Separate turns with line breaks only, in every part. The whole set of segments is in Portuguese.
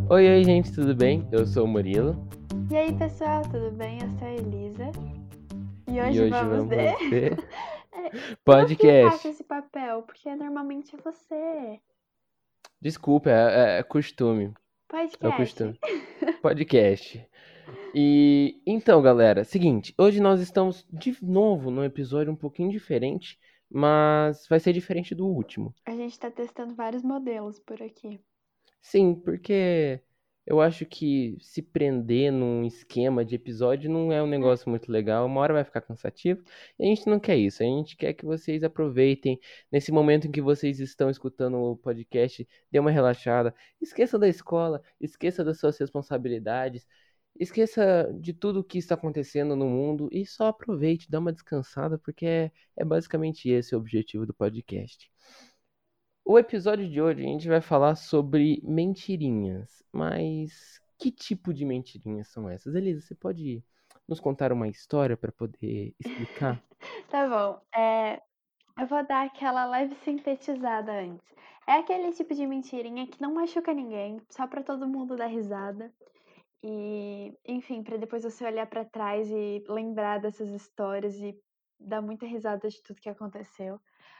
Oi, gente, tudo bem? Eu sou o Murilo
E aí, pessoal, tudo bem? Eu sou a Elisa. E
e
hoje
hoje
vamos ver.
vamos ver
Eu que faço
podcast.
esse papel, porque normalmente é você.
Desculpa, é costume. É o
Podcast.
costume. Podcast. E então, galera, seguinte, hoje nós estamos de novo num episódio um pouquinho diferente, mas vai ser diferente do último.
A gente tá testando vários modelos por aqui.
Sim, porque eu acho que se prender num esquema de episódio não é um
É,
negócio muito legal, uma hora vai ficar cansativo, e a gente não quer isso, a gente quer que vocês aproveitem nesse momento em que vocês estão escutando o podcast, dê uma relaxada, esqueça da escola, esqueça das suas responsabilidades, esqueça de tudo o que está acontecendo no mundo e só aproveite, dá uma descansada, porque é basicamente esse o objetivo do podcast. O episódio de hoje a gente vai falar sobre mentirinhas, mas que tipo de mentirinhas são essas? Elisa, você pode nos contar uma história para poder explicar?
tá bom. Eu vou dar aquela leve sintetizada antes. É aquele tipo de mentirinha que não machuca ninguém, só pra todo mundo dar risada. E, enfim, pra depois você olhar pra trás e lembrar dessas histórias e dar muita risada de tudo que aconteceu.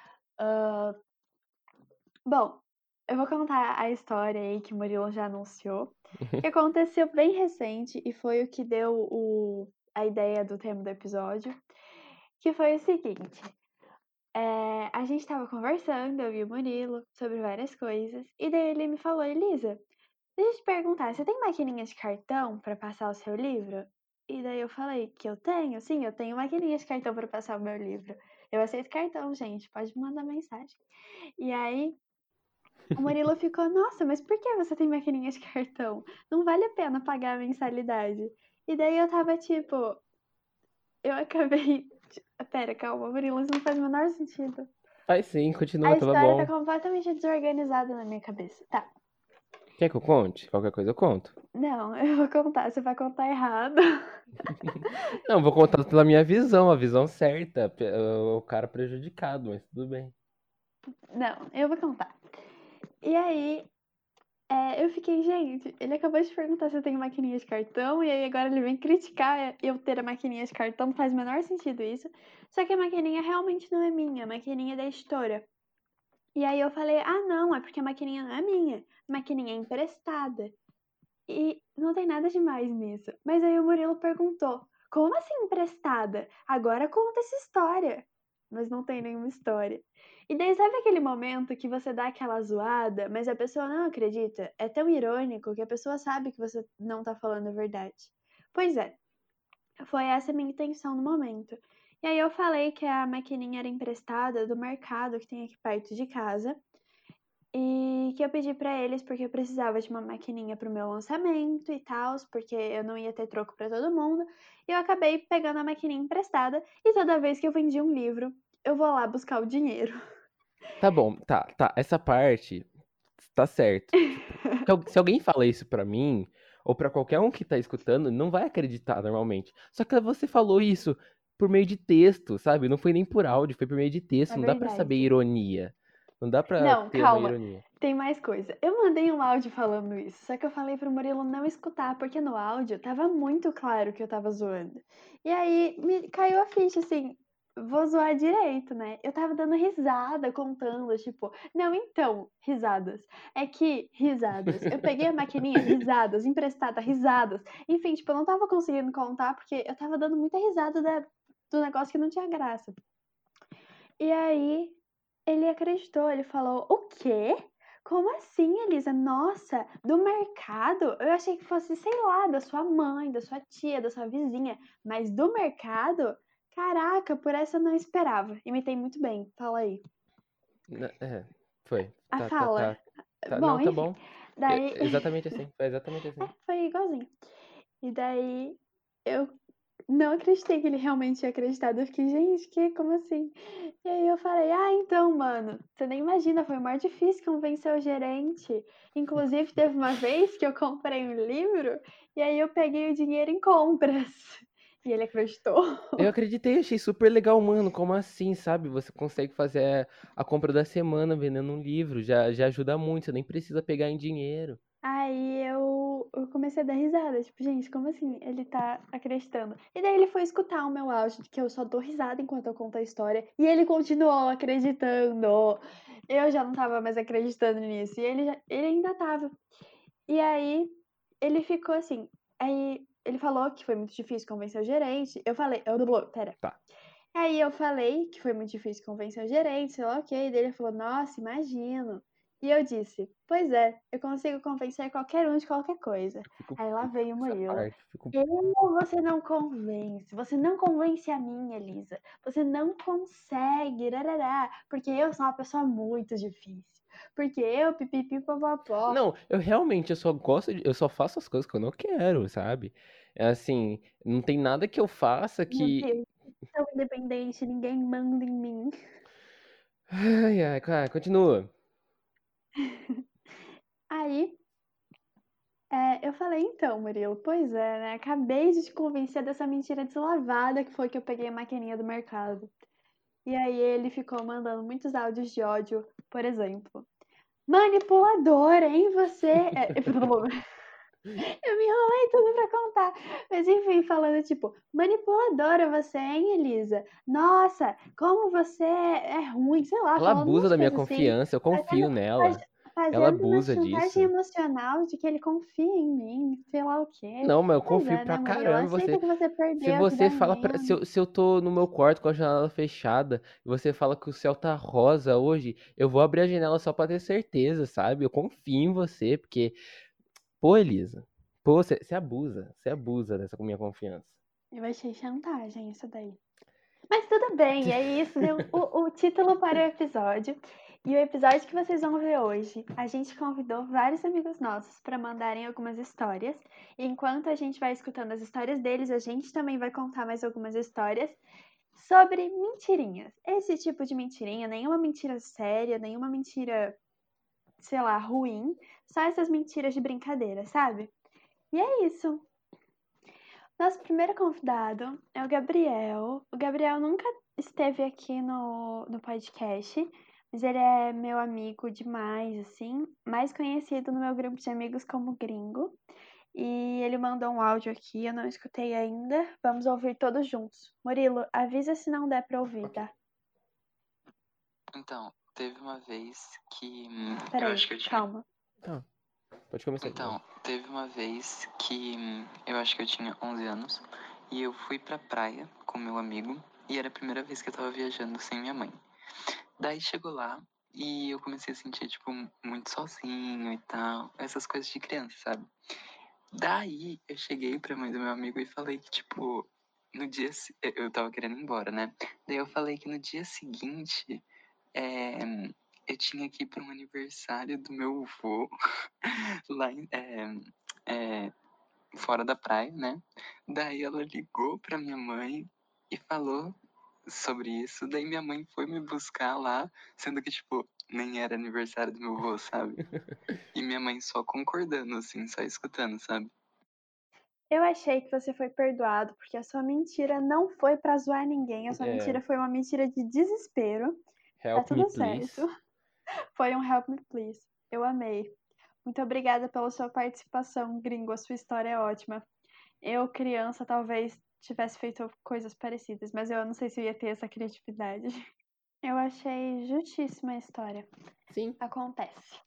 Bom, eu vou contar a história aí que o Murilo já anunciou, que aconteceu bem recente e foi o que deu a ideia do tema do episódio, que foi o seguinte. A gente tava conversando, eu e o Murilo, sobre várias coisas, e daí ele me falou, Elisa, deixa eu te perguntar, você tem maquininha de cartão pra passar o seu livro? E daí eu falei que eu tenho, sim, eu tenho maquininha de cartão pra passar o meu livro. Eu aceito cartão, gente, pode me mandar mensagem. E aí o Murilo ficou, nossa, mas por que você tem maquininha de cartão? Não vale a pena pagar a mensalidade. E daí eu tava tipo, eu acabei. Pera, calma, Murilo, isso não faz o menor sentido.
Faz sim,
A
continua, tava
história tá
bom.
completamente desorganizada na minha cabeça. Tá,
Quer que eu conte? Qualquer coisa eu conto.
não, eu vou contar, você vai contar errado.
Não, vou contar pela minha visão, a visão certa, o cara prejudicado, mas tudo bem.
Não, eu vou contar. E aí, eu fiquei, gente, ele acabou de perguntar se eu tenho maquininha de cartão, e aí agora ele vem criticar eu ter a maquininha de cartão, não faz o menor sentido isso. Só que a maquininha realmente não é minha, a maquininha é da editora. E aí eu falei, ah não, é porque a maquininha não é minha, a maquininha é emprestada. E não tem nada demais nisso. Mas aí o Murilo perguntou, como assim emprestada? Agora conta essa história. Mas não tem nenhuma história. E daí sabe aquele momento que você dá aquela zoada, mas a pessoa não acredita? É tão irônico que a pessoa sabe que você não tá falando a verdade. Pois é, foi essa a minha intenção no momento. E aí eu falei que a maquininha era emprestada do mercado que tem aqui perto de casa. E que eu pedi pra eles porque eu precisava de uma maquininha pro meu lançamento e tal, porque eu não ia ter troco pra todo mundo. E eu acabei pegando a maquininha emprestada e toda vez que eu vendi um livro, eu vou lá buscar o dinheiro.
Tá bom, tá, essa parte tá certo. Tipo, se alguém fala isso pra mim, ou pra qualquer um que tá escutando, não vai acreditar normalmente. Só que você falou isso por meio de texto, sabe? Não foi nem por áudio, foi por meio de texto.
É
Não dá pra saber
verdade.
ironia. Não dá pra
Não,
ter uma
calma.
ironia.
Tem mais coisa. Eu mandei um áudio falando isso, só que eu falei pro Murilo não escutar, porque no áudio tava muito claro que eu tava zoando. E aí me caiu a ficha assim, vou zoar direito, né? Eu tava dando risada, contando, tipo, não, então, risadas. É que, risadas. Eu peguei a maquininha, risadas, emprestada, risadas. Enfim, tipo, eu não tava conseguindo contar porque eu tava dando muita risada do negócio que não tinha graça. E aí ele acreditou, ele falou: O quê? Como assim, Elisa? Nossa, do mercado? Eu achei que fosse, sei lá, da sua mãe, da sua tia, da sua vizinha, mas do mercado? Caraca, por essa eu não esperava. Imitei muito bem, fala aí.
É, foi.
A
Tá, tá,
fala.
tá. Tá,
Bom,
não, tá
enfim.
bom.
Daí.
Exatamente assim. Foi exatamente assim.
Foi igualzinho. E daí eu não acreditei que ele realmente tinha acreditado. Eu fiquei, gente, como assim? E aí eu falei, ah, então, mano, você nem imagina, foi mais difícil convencer o gerente. Inclusive, teve uma vez que eu comprei um livro e aí eu peguei o dinheiro em compras. E ele acreditou.
Eu acreditei, achei super legal, mano. Como assim, sabe? Você consegue fazer a compra da semana vendendo um livro. Já ajuda muito, você nem precisa pegar em dinheiro.
Aí eu eu comecei a dar risada. Tipo, gente, como assim ele tá acreditando? E daí ele foi escutar o meu áudio, que eu só dou risada enquanto eu conto a história. E ele continuou acreditando. Eu já não tava mais acreditando nisso. E ele ainda tava. E aí, ele ficou assim. Aí, ele falou que foi muito difícil convencer o gerente. Eu falei, pera.
Tá.
Aí eu falei que foi muito difícil convencer o gerente, sei lá, ok. Daí ele falou, nossa, imagino. E eu disse, pois é, eu consigo convencer qualquer um de qualquer coisa.
Fico
Aí lá
puto
veio o
com essa
Murilo.
parte. Fico...
Você não convence. Você não convence a mim, Elisa. Você não consegue, rarará, porque eu sou uma pessoa muito difícil. Porque eu, pipipi, popopó.
Não, eu realmente, eu só gosto eu só faço as coisas que eu não quero, sabe? É assim, não tem nada que eu faça
Meu
que...
Deus, sou independente, ninguém manda em mim.
Ai, ai, cara, continua.
Aí, eu falei, então, Murilo, pois é, né? Acabei de te convencer dessa mentira deslavada que foi que eu peguei a maquininha do mercado. E aí ele ficou mandando muitos áudios de ódio, por exemplo. Manipuladora, hein, você? Eu me enrolei tudo pra contar. Mas enfim, falando tipo, manipuladora você, hein, Elisa? Nossa, como você é ruim, sei lá,
Ela
falando
abusa
umas
da minha
coisas assim.
confiança, eu
Fazendo,
confio
faz-
nela. Ela
fazendo uma
abusa
chantagem
disso.
emocional de que ele confia em mim, sei lá o quê.
Não, mas eu
Pois
confio
é,
pra
né, Murilo?
caramba em
Aceita
você.
que você
Se
perdeu, que
você
dói
fala pra,
menos.
se eu tô no meu quarto com a janela fechada e você fala que o céu tá rosa hoje, eu vou abrir a janela só pra ter certeza, sabe? Eu confio em você, porque, pô, Elisa, pô, você abusa dessa minha confiança.
Eu achei chantagem isso daí. Mas tudo bem, é isso, deu o título para o episódio. E o episódio que vocês vão ver hoje, a gente convidou vários amigos nossos para mandarem algumas histórias. E enquanto a gente vai escutando as histórias deles, a gente também vai contar mais algumas histórias sobre mentirinhas. Esse tipo de mentirinha, nenhuma mentira séria, nenhuma mentira, sei lá, ruim, só essas mentiras de brincadeira, sabe? E é isso. Nosso primeiro convidado é o Gabriel. O Gabriel nunca esteve aqui no podcast, mas ele é meu amigo demais, assim, mais conhecido no meu grupo de amigos como Gringo. E ele mandou um áudio aqui, eu não escutei ainda. Vamos ouvir todos juntos. Murilo, avisa se não der pra ouvir,
Ok.
tá?
Então, teve uma vez que eu
Peraí,
acho que eu tinha.
calma.
Tá, pode começar de novo.
Então, teve uma vez que eu acho que eu tinha 11 anos e eu fui pra praia com meu amigo e era a primeira vez que eu tava viajando sem minha mãe. Daí chegou lá e eu comecei a sentir, tipo, muito sozinho e tal, essas coisas de criança, sabe? Daí eu cheguei pra mãe do meu amigo e falei que, tipo, no dia. Eu tava querendo ir embora, né? Daí eu falei que no dia seguinte é, eu tinha que ir para um aniversário do meu avô lá fora da praia, né? Daí ela ligou pra minha mãe e falou sobre isso. Daí minha mãe foi me buscar lá, sendo que, tipo, nem era aniversário do meu avô, sabe? E minha mãe só concordando, assim, só escutando, sabe?
Eu achei que você foi perdoado, porque a sua mentira não foi pra zoar ninguém. A sua
É,
mentira foi uma mentira de desespero. Tá
help me
tudo
please.
certo. Foi um Help Me Please. Eu amei. Muito obrigada pela sua participação, gringo. A sua história é ótima. Eu, criança, talvez tivesse feito coisas parecidas, mas eu não sei se eu ia ter essa criatividade. Eu achei justíssima a história.
Sim.
Acontece.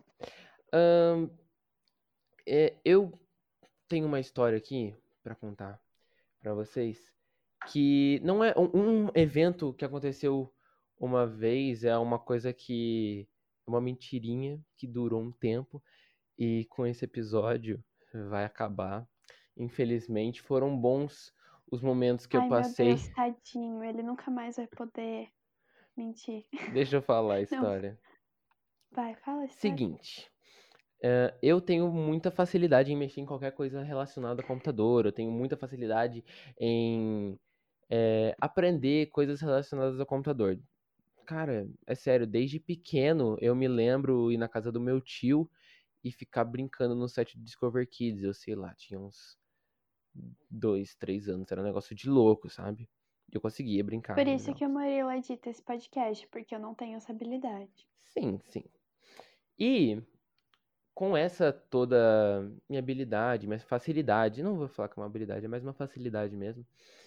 Eu tenho uma história aqui pra contar pra vocês que não é um evento que aconteceu uma vez, é uma coisa que uma mentirinha que durou um tempo e com esse episódio vai acabar. Infelizmente, foram bons os momentos que eu
Ai, meu
passei.
Deus, tadinho. Ele nunca mais vai poder mentir.
Deixa eu falar a
Não,
história.
vai, fala a história.
Seguinte, eu tenho muita facilidade em mexer em qualquer coisa relacionada a computador. Eu tenho muita facilidade em aprender coisas relacionadas ao computador. Cara, é sério, desde pequeno eu me lembro ir na casa do meu tio e ficar brincando no set do Discover Kids. Eu sei lá, tinha uns 2, 3 anos, era um negócio de louco, sabe? Eu conseguia brincar
Por
nos
isso que o
jogos.
Murilo edita esse podcast, porque eu não tenho essa habilidade.
Sim, sim. E com essa toda minha habilidade, minha facilidade, não vou falar que é uma habilidade, é mais uma facilidade mesmo.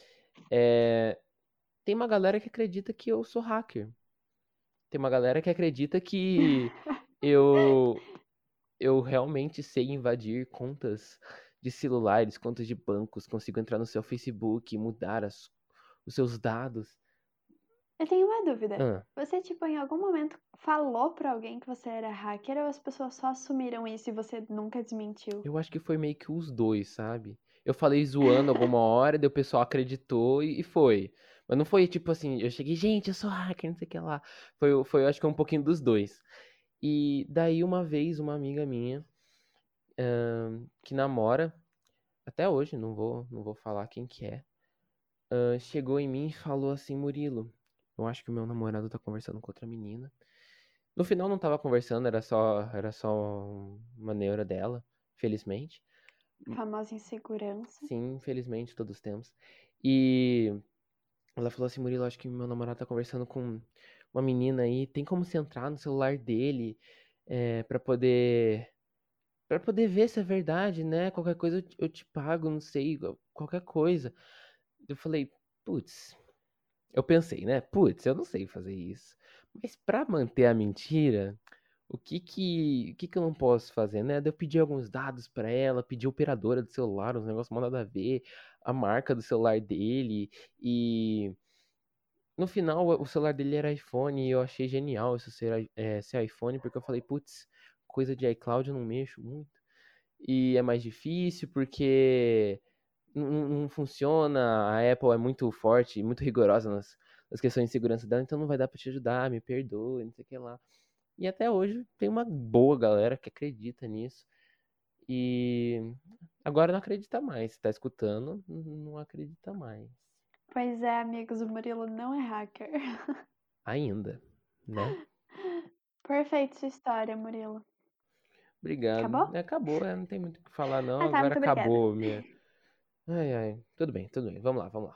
Tem uma galera que acredita que eu sou hacker. Tem uma galera que acredita que eu, eu realmente sei invadir contas de celulares, contas de bancos, consigo entrar no seu Facebook e mudar os seus dados.
Eu tenho uma dúvida.
Ah,
Você, tipo, em algum momento falou pra alguém que você era hacker ou as pessoas só assumiram isso e você nunca desmentiu?
eu acho que foi meio que os dois, sabe? Eu falei zoando alguma hora, daí o pessoal acreditou e foi. Mas não foi tipo assim, eu cheguei, gente, eu sou hacker, não sei o que lá. Foi, eu acho que um pouquinho dos dois. E daí uma vez, uma amiga minha, que namora, até hoje, não vou falar quem que é, chegou em mim e falou assim, Murilo, eu acho que o meu namorado tá conversando com outra menina. No final não tava conversando, era só uma neura dela, felizmente.
Famosa insegurança.
Sim, infelizmente todos temos. E ela falou assim, Murilo, acho que meu namorado tá conversando com uma menina aí, tem como você entrar no celular dele, pra poder ver se é verdade, né? Qualquer coisa eu te pago, não sei, qualquer coisa. Eu falei, putz, eu pensei, né? Putz, eu não sei fazer isso. Mas pra manter a mentira, o que que eu não posso fazer, né? Daí eu pedi alguns dados pra ela, pedi a operadora do celular, uns negócios mal nada a ver, a marca do celular dele e no final o celular dele era iPhone e eu achei genial isso ser iPhone porque eu falei, putz, coisa de iCloud eu não mexo muito e é mais difícil porque não funciona, a Apple é muito forte, muito rigorosa nas questões de segurança dela, então não vai dar pra te ajudar, me perdoe, não sei o que lá. E até hoje tem uma boa galera que acredita nisso. E agora não acredita mais. Tá escutando, não acredita mais.
Pois é, amigos, o Murilo não é hacker.
Ainda, né?
Perfeita sua história, Murilo.
Obrigado.
Acabou?
Acabou, não tem muito o que falar, não.
Ah, tá,
Agora
muito obrigada.
acabou minha. Ai, ai. Tudo bem, tudo bem. Vamos lá, vamos lá.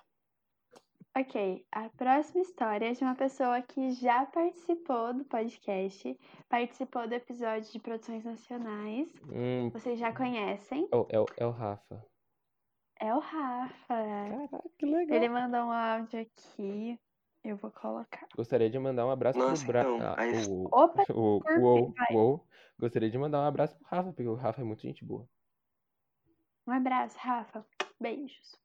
Ok, a próxima história é de uma pessoa que já participou do podcast, participou do episódio de Produções Nacionais.
Hum,
Vocês já conhecem.
é o Rafa.
É o Rafa.
Caraca, que legal.
Ele mandou um áudio aqui. Eu vou colocar.
Gostaria de mandar um abraço pro
Nossa,
Bra...
então,
Ah,
a
uou,
Opa,
uou,
por fim,
uou,
vai.
uou. Gostaria de mandar um abraço pro Rafa, porque o Rafa é muito gente boa.
Um abraço, Rafa. Beijos.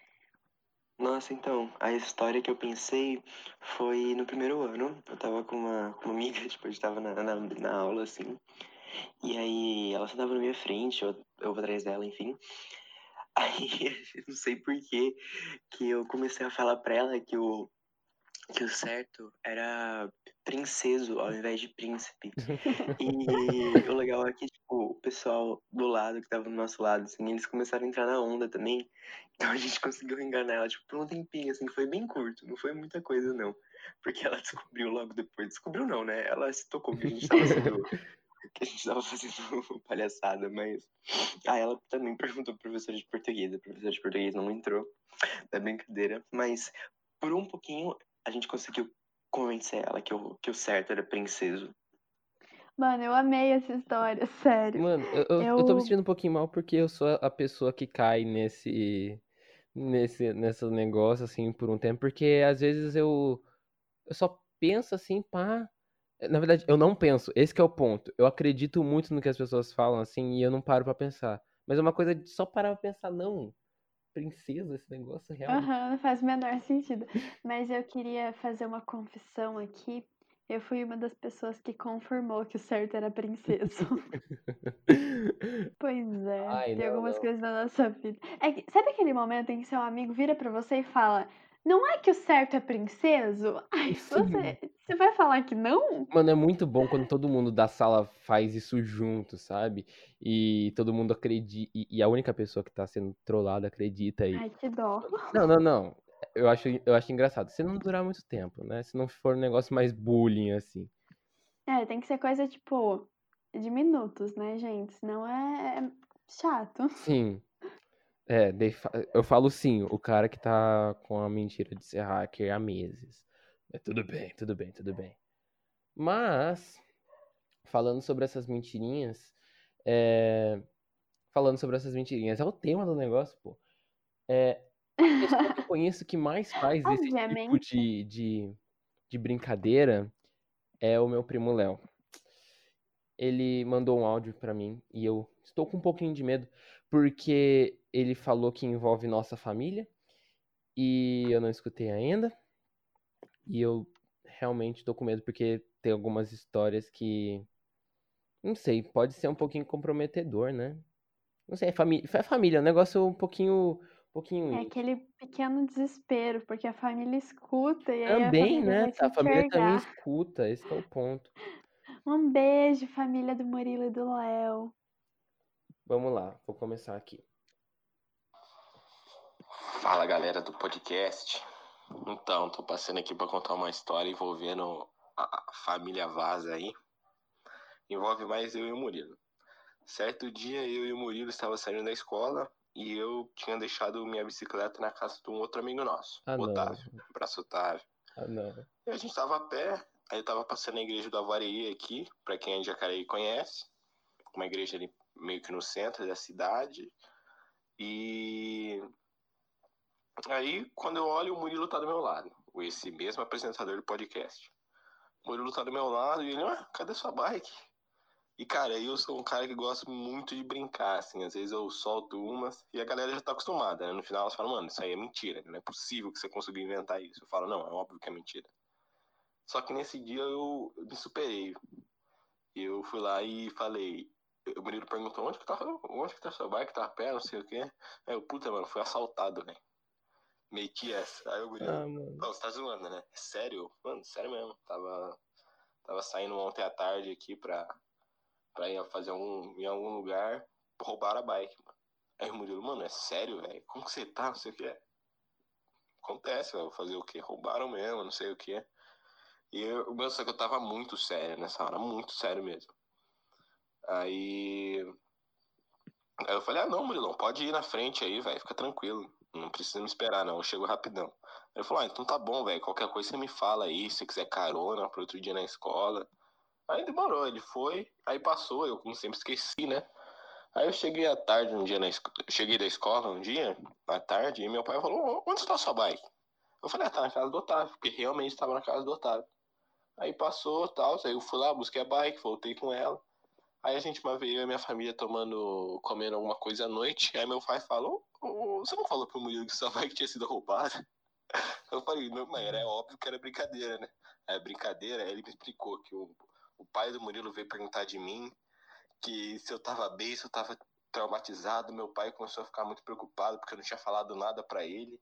Nossa, então, a história que eu pensei foi no primeiro ano. Eu tava com uma amiga, tipo, a gente tava na aula, assim. E aí ela sentava na minha frente, eu atrás dela, enfim. Aí, eu não sei por que eu comecei a falar pra ela que o certo era princeso ao invés de príncipe. E o legal é que, tipo, o pessoal do lado, que tava do nosso lado, assim, eles começaram a entrar na onda também. Então a gente conseguiu enganar ela, tipo, por um tempinho, assim, foi bem curto, não foi muita coisa, não. Porque ela descobriu logo depois. Descobriu não, né? Ela se tocou que a gente tava sendo. Que a gente tava fazendo palhaçada, mas. Ah, ela também perguntou pro professor de português. A professora de português não entrou da brincadeira, mas por um pouquinho a gente conseguiu convencer ela que o certo era princeso.
Mano, eu amei essa história, sério.
Mano, eu tô me
Eu.
sentindo um pouquinho mal porque eu sou a pessoa que cai nesse negócio, assim, por um tempo, porque às vezes eu só penso assim, pá. Na verdade, eu não penso, esse que é o ponto. Eu acredito muito no que as pessoas falam, assim, e eu não paro pra pensar. Mas é uma coisa de só parar pra pensar, não, princesa, esse negócio realmente.
Aham, não faz o menor sentido. Mas eu queria fazer uma confissão aqui. Eu fui uma das pessoas que confirmou que o certo era princeso. Pois é,
Ai,
tem
não,
algumas
não.
coisas na nossa vida. Sabe aquele momento em que seu amigo vira pra você e fala: Não é que o certo é princeso? Aí
Sim.
você vai falar que não?
Mano, é muito bom quando todo mundo da sala faz isso junto, sabe? E todo mundo acredita. E a única pessoa que tá sendo trollada acredita aí.
Ai, que dó.
Não, não, não. Eu acho engraçado. Se não durar muito tempo, né? Se não for um negócio mais bullying, assim.
É, tem que ser coisa tipo de minutos, né, gente? Senão é chato.
Sim. Eu falo sim, o cara que tá com a mentira de ser hacker há meses. É tudo bem, tudo bem, tudo bem. Mas, falando sobre essas mentirinhas, falando sobre essas mentirinhas. É o tema do negócio, pô. A pessoa que eu conheço que mais faz esse tipo
Obviamente.
de brincadeira é o meu primo Léo. Ele mandou um áudio pra mim e eu estou com um pouquinho de medo, porque ele falou que envolve nossa família e eu não escutei ainda. E eu realmente tô com medo porque tem algumas histórias que, não sei, pode ser um pouquinho comprometedor, né? Não sei, é família, é um negócio um pouquinho
É
íntimo.
aquele pequeno desespero, porque a família escuta e aí a
Também,
família
né?
vai te
A família também
enxergar.
escuta, esse que é o ponto.
Um beijo, família do Murilo e do Léo.
Vamos lá, vou começar aqui.
Fala galera do podcast. Então, tô passando aqui pra contar uma história envolvendo a família Vaz aí. Envolve mais eu e o Murilo. Certo dia eu e o Murilo estavam saindo da escola e eu tinha deixado minha bicicleta na casa de um outro amigo nosso,
Ah,
o
não.
Otávio. Abraço, Otávio.
Ah, não.
E a gente tava a pé, aí eu tava passando na igreja do Avareí aqui, pra quem é de Jacareí conhece. Uma igreja ali meio que no centro da cidade. E aí, quando eu olho, o Murilo tá do meu lado. Esse mesmo apresentador do podcast. O Murilo tá do meu lado e ele, cadê sua bike? E, cara, eu sou um cara que gosta muito de brincar, assim. Às vezes eu solto umas e a galera já tá acostumada, né? No final elas falam, mano, isso aí é mentira. Não é possível que você conseguiu inventar isso. Eu falo, não, é óbvio que é mentira. Só que nesse dia eu me superei. Eu fui lá e falei... O Murilo perguntou, onde que tá sua bike? Tá a pé, não sei o quê. Aí eu, puta, mano, fui assaltado, né? Meti essa. Aí o Murilo,
Ah, mano.
pô, você tá zoando, né? Sério? Mano, sério mesmo. Tava saindo ontem à tarde aqui pra ir fazer em algum lugar. Roubaram a bike, mano. Aí o Murilo, mano, é sério, velho? Como que você tá? Não sei o que. Acontece, velho. Vou fazer o quê? Roubaram mesmo, não sei o que. Só que eu tava muito sério nessa hora, muito sério mesmo. Aí eu falei, não, Murilão, pode ir na frente aí, velho, fica tranquilo. Não precisa me esperar, não, eu chego rapidão. Ele falou, então tá bom, velho, qualquer coisa você me fala aí, se você quiser carona pro outro dia na escola. Aí demorou, ele foi, aí passou, eu como sempre esqueci, né? Aí eu cheguei à tarde um dia cheguei da escola um dia, à tarde, e meu pai falou, onde está sua bike? Eu falei, tá na casa do Otávio, porque realmente estava na casa do Otávio. Aí passou, tal, aí eu fui lá, busquei a bike, voltei com ela. Aí a gente uma vez, eu e minha família comendo alguma coisa à noite. Aí meu pai falou, você não falou pro Murilo que sua bike tinha sido roubada? Eu falei, não, mas era óbvio que era brincadeira, né? É brincadeira, aí ele me explicou que o pai do Murilo veio perguntar de mim, que se eu tava bem, se eu tava traumatizado. Meu pai começou a ficar muito preocupado porque eu não tinha falado nada pra ele,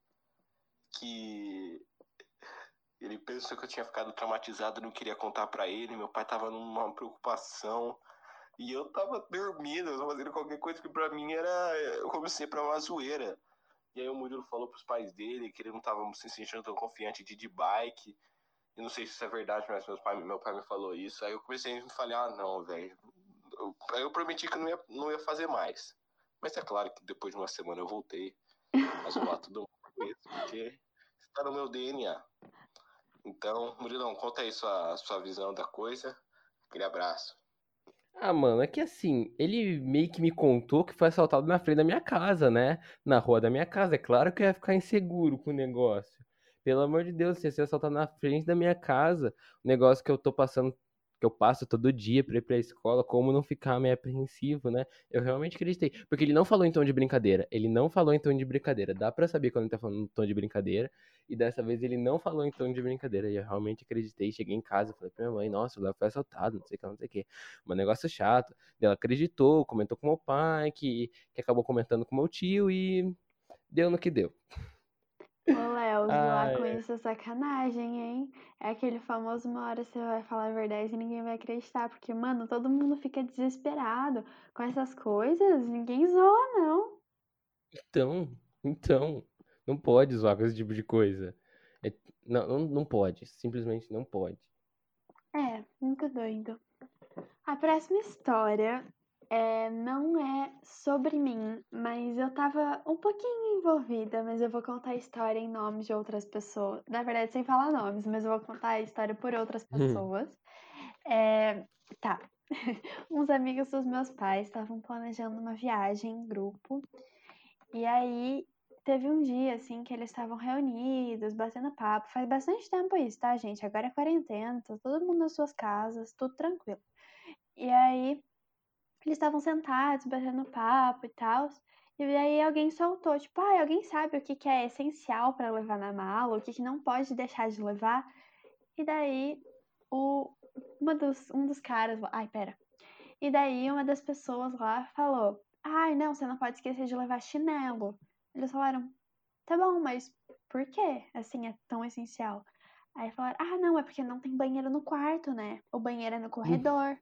que ele pensou que eu tinha ficado traumatizado, não queria contar pra ele. Meu pai tava numa preocupação. E eu tava dormindo, eu tava fazendo qualquer coisa que pra mim era. Eu comecei pra uma zoeira. E aí o Murilo falou pros pais dele que ele não tava se sentindo tão confiante de ir de bike. Eu não sei se isso é verdade, mas meu pai me falou isso. Aí eu comecei a me falar, não, velho. Aí eu prometi que eu não ia fazer mais. Mas é claro que depois de uma semana eu voltei a zoar todo mundo com isso, porque está no meu DNA. Então, Murilão, conta aí sua visão da coisa. Aquele abraço.
Ah, mano, é que assim, ele meio que me contou que foi assaltado na frente da minha casa, né? Na rua da minha casa. É claro que eu ia ficar inseguro com o negócio. Pelo amor de Deus, se ia ser assaltado na frente da minha casa, o negócio que eu tô passando, que eu passo todo dia pra ir pra escola, como não ficar meio apreensivo, né? Eu realmente acreditei. Porque ele não falou em tom de brincadeira. Ele não falou em tom de brincadeira. Dá pra saber quando ele tá falando em tom de brincadeira. E dessa vez ele não falou em tom de brincadeira. E eu realmente acreditei. Cheguei em casa, falei pra minha mãe, nossa, o Léo foi assaltado, não sei o que, não sei o que. Um negócio chato. Ela acreditou, comentou com meu pai, que acabou comentando com meu tio e deu no que deu.
Ô, Léo, zoar com
Ai,
isso é sacanagem, hein? É aquele famoso uma hora você vai falar a verdade e ninguém vai acreditar. Porque, mano, todo mundo fica desesperado com essas coisas. Ninguém zoa, não.
então, não pode zoar com esse tipo de coisa. Não pode, simplesmente não pode.
É, muito doido. A próxima história não é sobre mim, mas eu tava um pouquinho envolvida, mas eu vou contar a história em nome de outras pessoas. Na verdade, sem falar nomes, mas eu vou contar a história por outras pessoas. É, tá. uns amigos dos meus pais estavam planejando uma viagem em grupo. E aí teve um dia, assim, que eles estavam reunidos, batendo papo. Faz bastante tempo isso, tá, gente? Agora é quarentena, tá todo mundo nas suas casas, tudo tranquilo. E aí eles estavam sentados, batendo papo e tal. E aí alguém soltou, tipo, alguém sabe o que que é essencial pra levar na mala, o que que não pode deixar de levar. E daí um dos caras lá, pera. E daí uma das pessoas lá falou: não, você não pode esquecer de levar chinelo. Eles falaram: tá bom, mas por quê? Assim, é tão essencial. Aí falaram: não, é porque não tem banheiro no quarto, né? O banheiro é no corredor.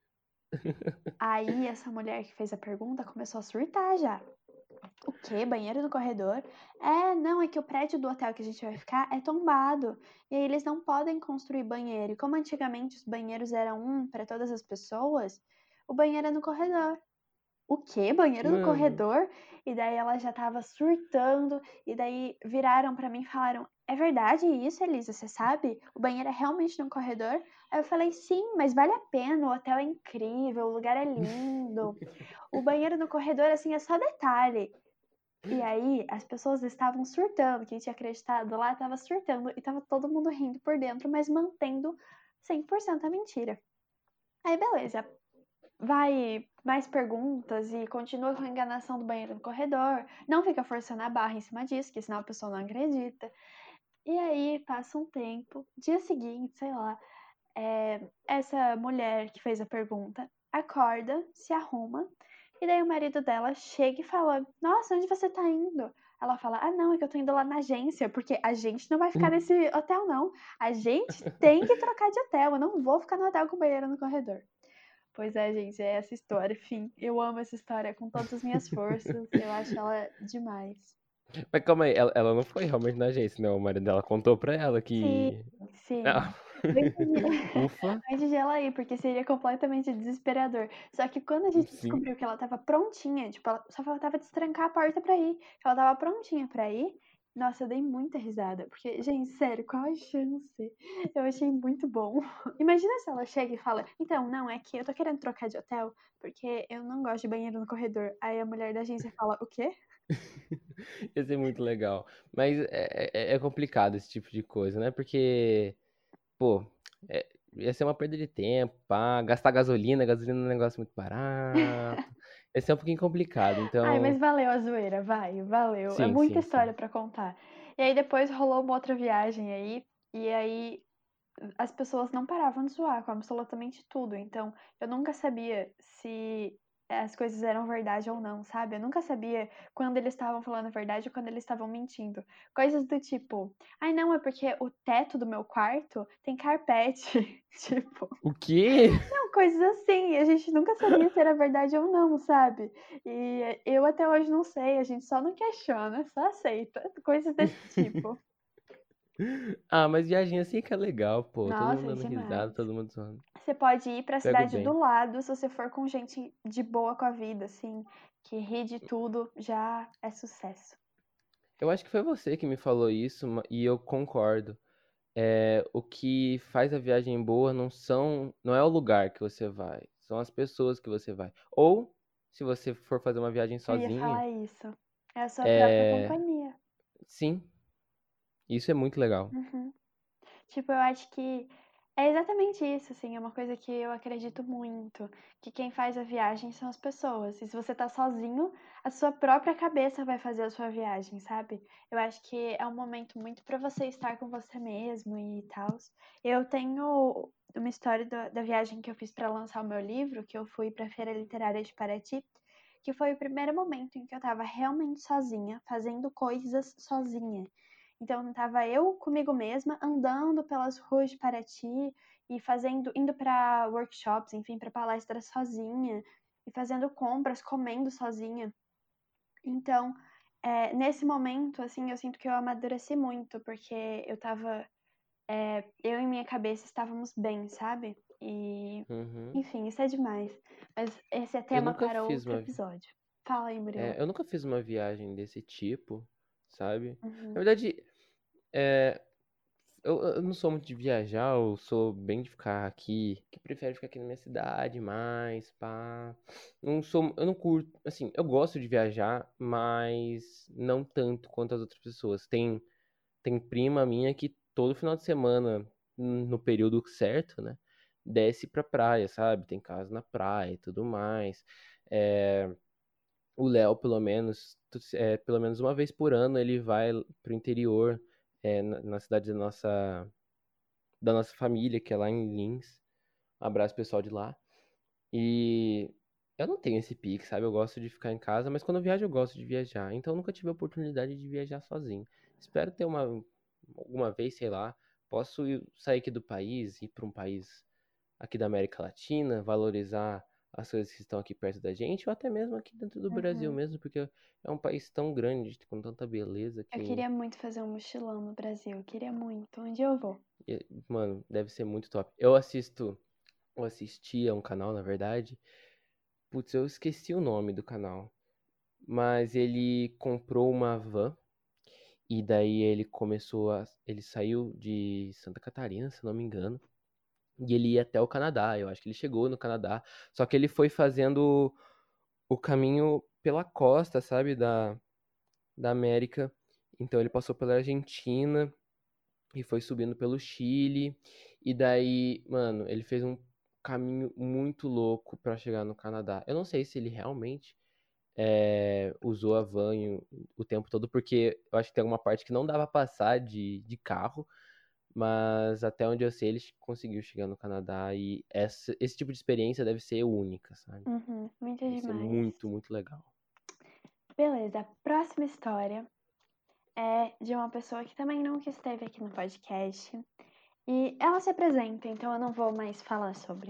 Aí essa mulher que fez a pergunta começou a surtar já. O quê? Banheiro no corredor? Não, é que o prédio do hotel que a gente vai ficar é tombado. E aí eles não podem construir banheiro. E como antigamente os banheiros eram um para todas as pessoas, o banheiro é no corredor. O quê? Banheiro no
Mano,
corredor? E daí ela já tava surtando. E daí viraram pra mim e falaram: é verdade isso, Elisa? Você sabe? O banheiro é realmente no corredor? Aí eu falei: sim, mas vale a pena. O hotel é incrível, o lugar é lindo. O banheiro no corredor, assim, é só detalhe. E aí as pessoas estavam surtando. Quem tinha acreditado lá tava surtando. E tava todo mundo rindo por dentro, mas mantendo 100% a mentira. Aí beleza, vai mais perguntas e continua com a enganação do banheiro no corredor. Não fica forçando a barra em cima disso, que senão a pessoa não acredita. E aí passa um tempo, dia seguinte, sei lá, essa mulher que fez a pergunta acorda, se arruma, e daí o marido dela chega e fala: Nossa, onde você tá indo? Ela fala: não, é que eu tô indo lá na agência, porque a gente não vai ficar nesse hotel, não. A gente tem que trocar de hotel, eu não vou ficar no hotel com banheiro no corredor. Pois é, gente, é essa história. Enfim, eu amo essa história com todas as minhas forças. Eu acho ela demais.
mas calma aí, ela não foi realmente na agência, né? O marido dela contou pra ela
Sim,
que.
sim.
Ah.
Antes de,
Ufa,
antes de ela ir, porque seria completamente desesperador. Só que quando a gente
sim.
descobriu que ela tava prontinha, tipo, ela só faltava destrancar a porta pra ir, que ela tava prontinha pra ir, nossa, eu dei muita risada. Porque, gente, sério, qual a chance? Eu achei muito bom. Imagina se ela chega e fala: Então, não, é que eu tô querendo trocar de hotel, porque eu não gosto de banheiro no corredor. Aí a mulher da agência fala: O quê?
Ia ser muito legal. Mas é complicado esse tipo de coisa, né? Porque, pô, ia ser uma perda de tempo, pá, gastar gasolina é um negócio muito barato. Ia ser um pouquinho complicado.
Mas
Então,
valeu a zoeira, vai, valeu. É
sim,
muita
sim,
história
sim.
pra contar. E aí depois rolou uma outra viagem aí, e aí as pessoas não paravam de zoar com absolutamente tudo. Então, eu nunca sabia se as coisas eram verdade ou não, sabe? Eu nunca sabia quando eles estavam falando a verdade ou quando eles estavam mentindo. Coisas do tipo: não, é porque o teto do meu quarto tem carpete. Tipo,
O quê?
não, coisas assim. E a gente nunca sabia se era verdade ou não, sabe? E eu até hoje não sei, a gente só não questiona, só aceita. Coisas desse tipo.
Ah, mas viagem assim que é legal, pô. Todo mundo
Nossa,
dando risada,
demais.
todo mundo zoando.
Você pode ir pra
Pego
cidade
bem.
do lado se você for com gente de boa com a vida, assim, que ri de tudo, já é sucesso.
Eu acho que foi você que me falou isso e eu concordo. O que faz a viagem boa não é o lugar que você vai, são as pessoas que você vai. Ou, se você for fazer uma viagem
Eu ia
sozinha,
falar isso. É a sua própria
é,
companhia.
sim, isso é muito legal.
Uhum. Tipo, eu acho que é exatamente isso, assim, é uma coisa que eu acredito muito, que quem faz a viagem são as pessoas. E se você tá sozinho, a sua própria cabeça vai fazer a sua viagem, sabe? Eu acho que é um momento muito pra você estar com você mesmo e tal. Eu tenho uma história da viagem que eu fiz pra lançar o meu livro, que eu fui pra Feira Literária de Paraty, que foi o primeiro momento em que eu tava realmente sozinha, fazendo coisas sozinha. Então, tava eu comigo mesma andando pelas ruas de Paraty e indo para workshops, enfim, para palestras sozinha e fazendo compras, comendo sozinha. Então, nesse momento, assim, eu sinto que eu amadureci muito, porque eu e minha cabeça estávamos bem, sabe? E,
Uhum.
enfim, isso é demais. Mas esse é
Eu
tema
nunca
para
fiz
outro
uma,
episódio. Fala aí, Murilo.
eu nunca fiz uma viagem desse tipo, sabe? Na
Uhum.
verdade, é, eu não sou muito de viajar, eu sou bem de ficar aqui, que prefere ficar aqui na minha cidade mais, pá. Eu não curto, assim, eu gosto de viajar, mas não tanto quanto as outras pessoas. Tem prima minha que todo final de semana, no período certo, né, desce pra praia, sabe? Tem casa na praia e tudo mais. É, o Léo, pelo menos uma vez por ano, ele vai pro interior, na cidade da nossa família, que é lá em Lins. Um abraço pessoal de lá. E eu não tenho esse pique, sabe? Eu gosto de ficar em casa, mas quando eu viajo, eu gosto de viajar. Então eu nunca tive a oportunidade de viajar sozinho. Espero ter alguma vez, sei lá, posso sair aqui do país, ir para um país aqui da América Latina, valorizar as coisas que estão aqui perto da gente, ou até mesmo aqui dentro do Brasil
Uhum.
mesmo, porque é um país tão grande, com tanta beleza
Eu
que,
queria muito fazer um mochilão no Brasil. Eu queria muito. Onde eu vou?
mano, deve ser muito top. Eu assisti a um canal, na verdade. Putz, eu esqueci o nome do canal. Mas ele comprou uma van e daí ele saiu de Santa Catarina, se não me engano, e ele ia até o Canadá. Eu acho que ele chegou no Canadá, só que ele foi fazendo o caminho pela costa, sabe, da América. Então ele passou pela Argentina e foi subindo pelo Chile. E daí, mano, ele fez um caminho muito louco pra chegar no Canadá. Eu não sei se ele realmente usou a van o tempo todo, porque eu acho que tem alguma parte que não dava pra passar de carro, mas até onde eu sei, ele conseguiu chegar no Canadá e esse tipo de experiência deve ser única, sabe?
Uhum. Muito
Deve ser
demais.
muito, muito legal.
Beleza, a próxima história é de uma pessoa que também nunca esteve aqui no podcast. E ela se apresenta, então eu não vou mais falar sobre.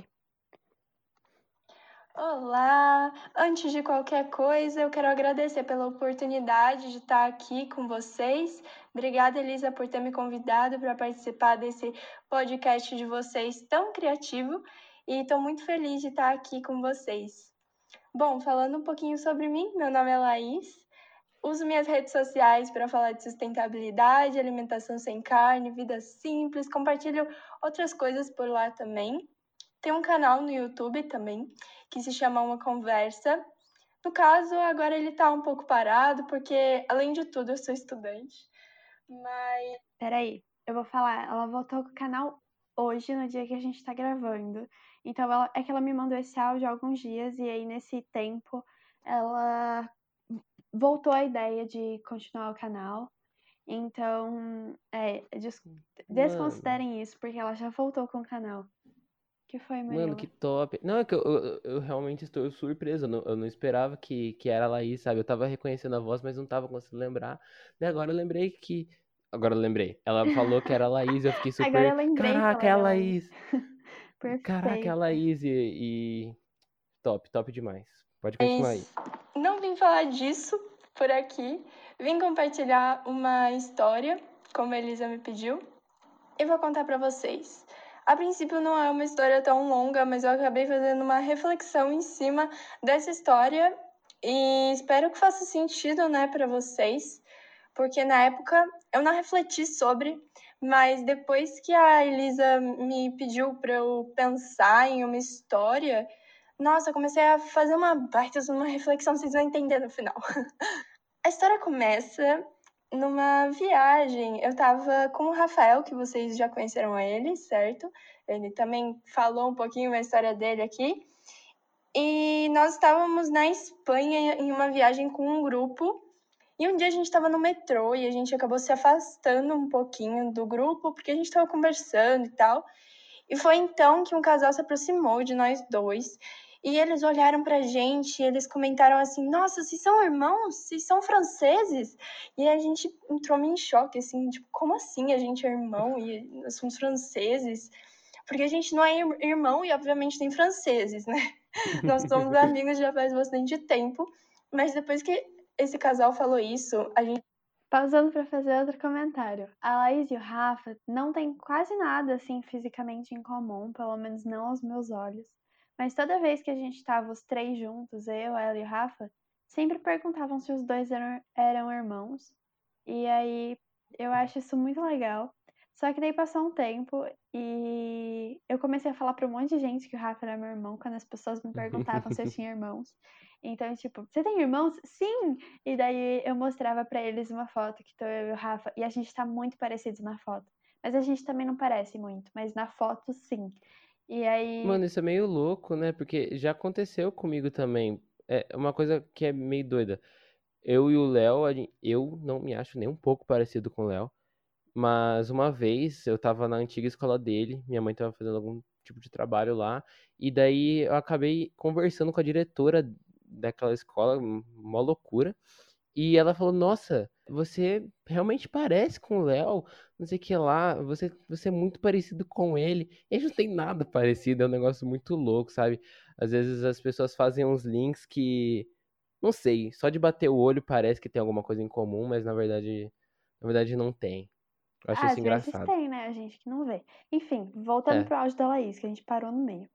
Olá! Antes de qualquer coisa, eu quero agradecer pela oportunidade de estar aqui com vocês. Obrigada, Elisa, por ter me convidado para participar desse podcast de vocês tão criativo e estou muito feliz de estar aqui com vocês. Bom, falando um pouquinho sobre mim, meu nome é Laís. Uso minhas redes sociais para falar de sustentabilidade, alimentação sem carne, vida simples, compartilho outras coisas por lá também. Tem um canal no YouTube também, que se chama Uma Conversa. No caso, agora ele tá um pouco parado, porque, além de tudo, eu sou estudante. Mas
Peraí, eu vou falar. Ela voltou com o canal hoje, no dia que a gente tá gravando. Então, é que ela me mandou esse áudio há alguns dias, e aí nesse tempo ela voltou a ideia de continuar o canal. Então,
Mano,
desconsiderem isso, porque ela já voltou com o canal. Que foi,
mano, que
Murilo?
top. Não, é que eu realmente estou surpreso. Eu não esperava que era a Laís, sabe? Eu tava reconhecendo a voz, mas não tava conseguindo lembrar. Daí agora eu lembrei que. Agora eu lembrei. Ela falou que era a Laís, eu fiquei
Agora eu
super.
lembrei que ela
Caraca, é a
era Laís.
Laís! Caraca, é a
Perfeito.
Laís. Top, top demais. Pode continuar aí.
não vim falar disso por aqui. Vim compartilhar uma história, como a Elisa me pediu, e vou contar para vocês. A princípio não é uma história tão longa, mas eu acabei fazendo uma reflexão em cima dessa história e espero que faça sentido, né, para vocês, porque na época eu não refleti sobre, mas depois que a Elisa me pediu para eu pensar em uma história, nossa, eu comecei a fazer uma baita de uma reflexão, vocês vão entender no final. A história começa numa viagem. Eu tava com o Rafael, que vocês já conheceram ele, certo? Ele também falou um pouquinho a história dele aqui. E nós estávamos na Espanha em uma viagem com um grupo. E um dia a gente estava no metrô e a gente acabou se afastando um pouquinho do grupo, porque a gente estava conversando e tal. E foi então que um casal se aproximou de nós dois. E eles olharam pra gente e eles comentaram assim: Nossa, vocês são irmãos? Vocês são franceses? E a gente entrou meio em choque, assim, tipo, como assim a gente é irmão e nós somos franceses? Porque a gente não é irmão e, obviamente, tem franceses, né? Nós somos amigos já faz bastante tempo. Mas depois que esse casal falou isso, a gente.
Pausando para fazer outro comentário. A Laís e o Rafa não têm quase nada assim fisicamente em comum, pelo menos não aos meus olhos. Mas toda vez que a gente estava os três juntos, eu, ela e o Rafa, sempre perguntavam se os dois eram irmãos. E aí eu acho isso muito legal. Só que daí passou um tempo e eu comecei a falar pra um monte de gente que o Rafa era meu irmão, quando as pessoas me perguntavam se eu tinha irmãos. Então, tipo, você tem irmãos? Sim! E daí eu mostrava pra eles uma foto que tô eu e o Rafa, e a gente tá muito parecidos na foto. Mas a gente também não parece muito, mas na foto sim. E aí,
Mano, isso é meio louco, né? Porque já aconteceu comigo também. É uma coisa que é meio doida. Eu e o Léo, eu não me acho nem um pouco parecido com o Léo. Mas uma vez eu tava na antiga escola dele, minha mãe tava fazendo algum tipo de trabalho lá, e daí eu acabei conversando com a diretora daquela escola, uma loucura, e ela falou: Nossa, você realmente parece com o Léo, não sei o que lá, você é muito parecido com ele. E a gente não tem nada parecido, é um negócio muito louco, sabe? Às vezes as pessoas fazem uns links que, não sei, só de bater o olho parece que tem alguma coisa em comum, mas na verdade não tem. Eu acho isso
às vezes
engraçado.
tem, né? A gente que não vê. Enfim, voltando
É.
pro áudio da Laís, que a gente parou no meio.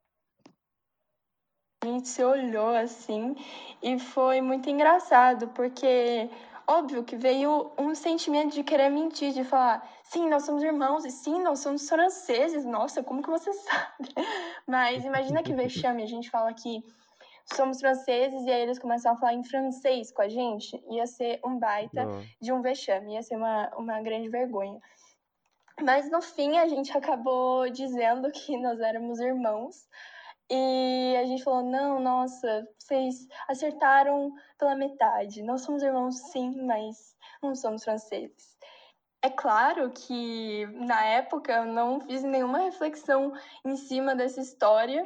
A gente se olhou assim e foi muito engraçado, porque óbvio que veio um sentimento de querer mentir, de falar, sim, nós somos irmãos, e sim, nós somos franceses, nossa, como que você sabe? Mas imagina que vexame, a gente fala que somos franceses e aí eles começam a falar em francês com a gente, ia ser um baita
Não.
de um vexame, ia ser uma grande vergonha. Mas no fim a gente acabou dizendo que nós éramos irmãos. E a gente falou: não, nossa, vocês acertaram pela metade. Nós somos irmãos, sim, mas não somos franceses. É claro que na época eu não fiz nenhuma reflexão em cima dessa história,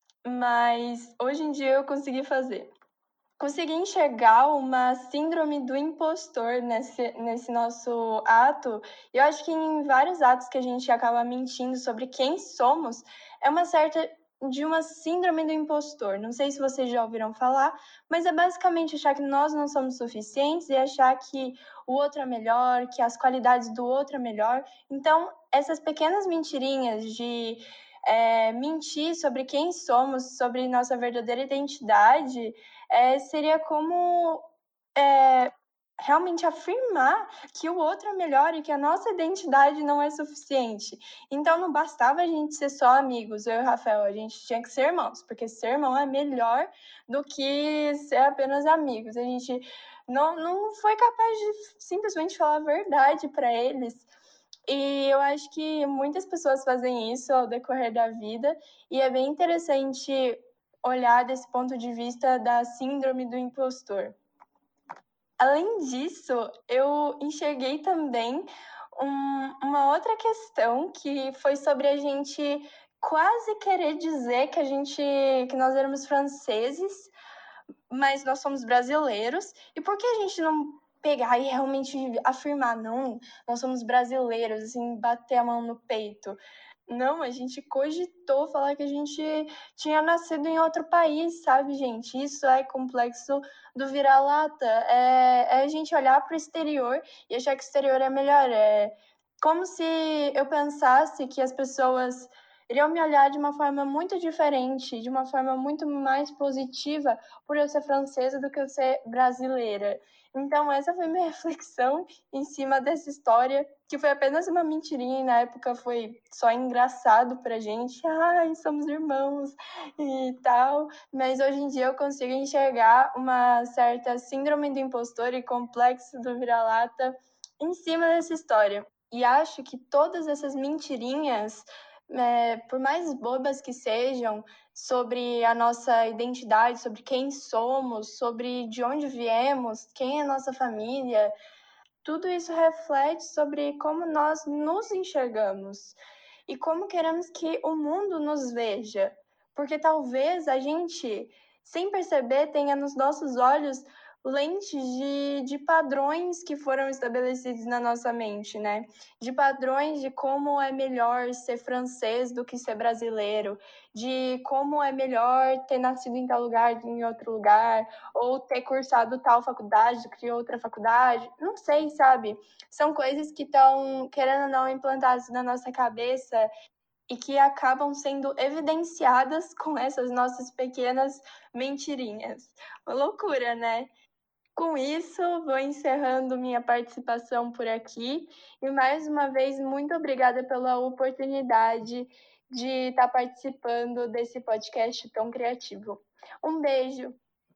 mas hoje em dia eu consegui fazer. Consegui enxergar uma síndrome do impostor nesse nosso ato. Eu acho que em vários atos que a gente acaba mentindo sobre quem somos, é uma certa de uma síndrome do impostor. Não sei se vocês já ouviram falar, mas é basicamente achar que nós não somos suficientes e achar que o outro é melhor, que as qualidades do outro é melhor. Então, essas pequenas mentirinhas de mentir sobre quem somos, sobre nossa verdadeira identidade, seria como realmente afirmar que o outro é melhor e que a nossa identidade não é suficiente. Então não bastava a gente ser só amigos, eu e o Rafael, a gente tinha que ser irmãos, porque ser irmão é melhor do que ser apenas amigos. A gente não foi capaz de simplesmente falar a verdade para eles. E eu acho que muitas pessoas fazem isso ao decorrer da vida, e é bem interessante olhar desse ponto de vista da síndrome do impostor. Além disso, eu enxerguei também uma outra questão que foi sobre a gente quase querer dizer que nós éramos franceses, mas nós somos brasileiros. E por que a gente não pegar e realmente afirmar, não, nós somos brasileiros, assim, bater a mão no peito? Não, a gente cogitou falar que a gente tinha nascido em outro país, sabe, gente? Isso é complexo do vira-lata. É a gente olhar para o exterior e achar que o exterior é melhor. É como se eu pensasse que as pessoas iriam me olhar de uma forma muito diferente, de uma forma muito mais positiva, por eu ser francesa do que eu ser brasileira. Então, essa foi minha reflexão em cima dessa história, que foi apenas uma mentirinha e na época foi só engraçado pra gente. Ai, somos irmãos e tal. Mas hoje em dia eu consigo enxergar uma certa síndrome do impostor e complexo do vira-lata em cima dessa história. E acho que todas essas mentirinhas, por mais bobas que sejam, sobre a nossa identidade, sobre quem somos, sobre de onde viemos, quem é nossa família, tudo isso reflete sobre como nós nos enxergamos e como queremos que o mundo nos veja. Porque talvez a gente, sem perceber, tenha nos nossos olhos lentes de padrões que foram estabelecidos na nossa mente, né? De padrões de como é melhor ser francês do que ser brasileiro, de como é melhor ter nascido em tal lugar do que em outro lugar, ou ter cursado tal faculdade do que outra faculdade. Não sei, sabe? São coisas que estão, querendo ou não, implantadas na nossa cabeça e que acabam sendo evidenciadas com essas nossas pequenas mentirinhas. Uma loucura, né? Com isso, vou encerrando minha participação por aqui e mais uma vez muito obrigada pela oportunidade de estar participando desse podcast tão criativo. Um beijo!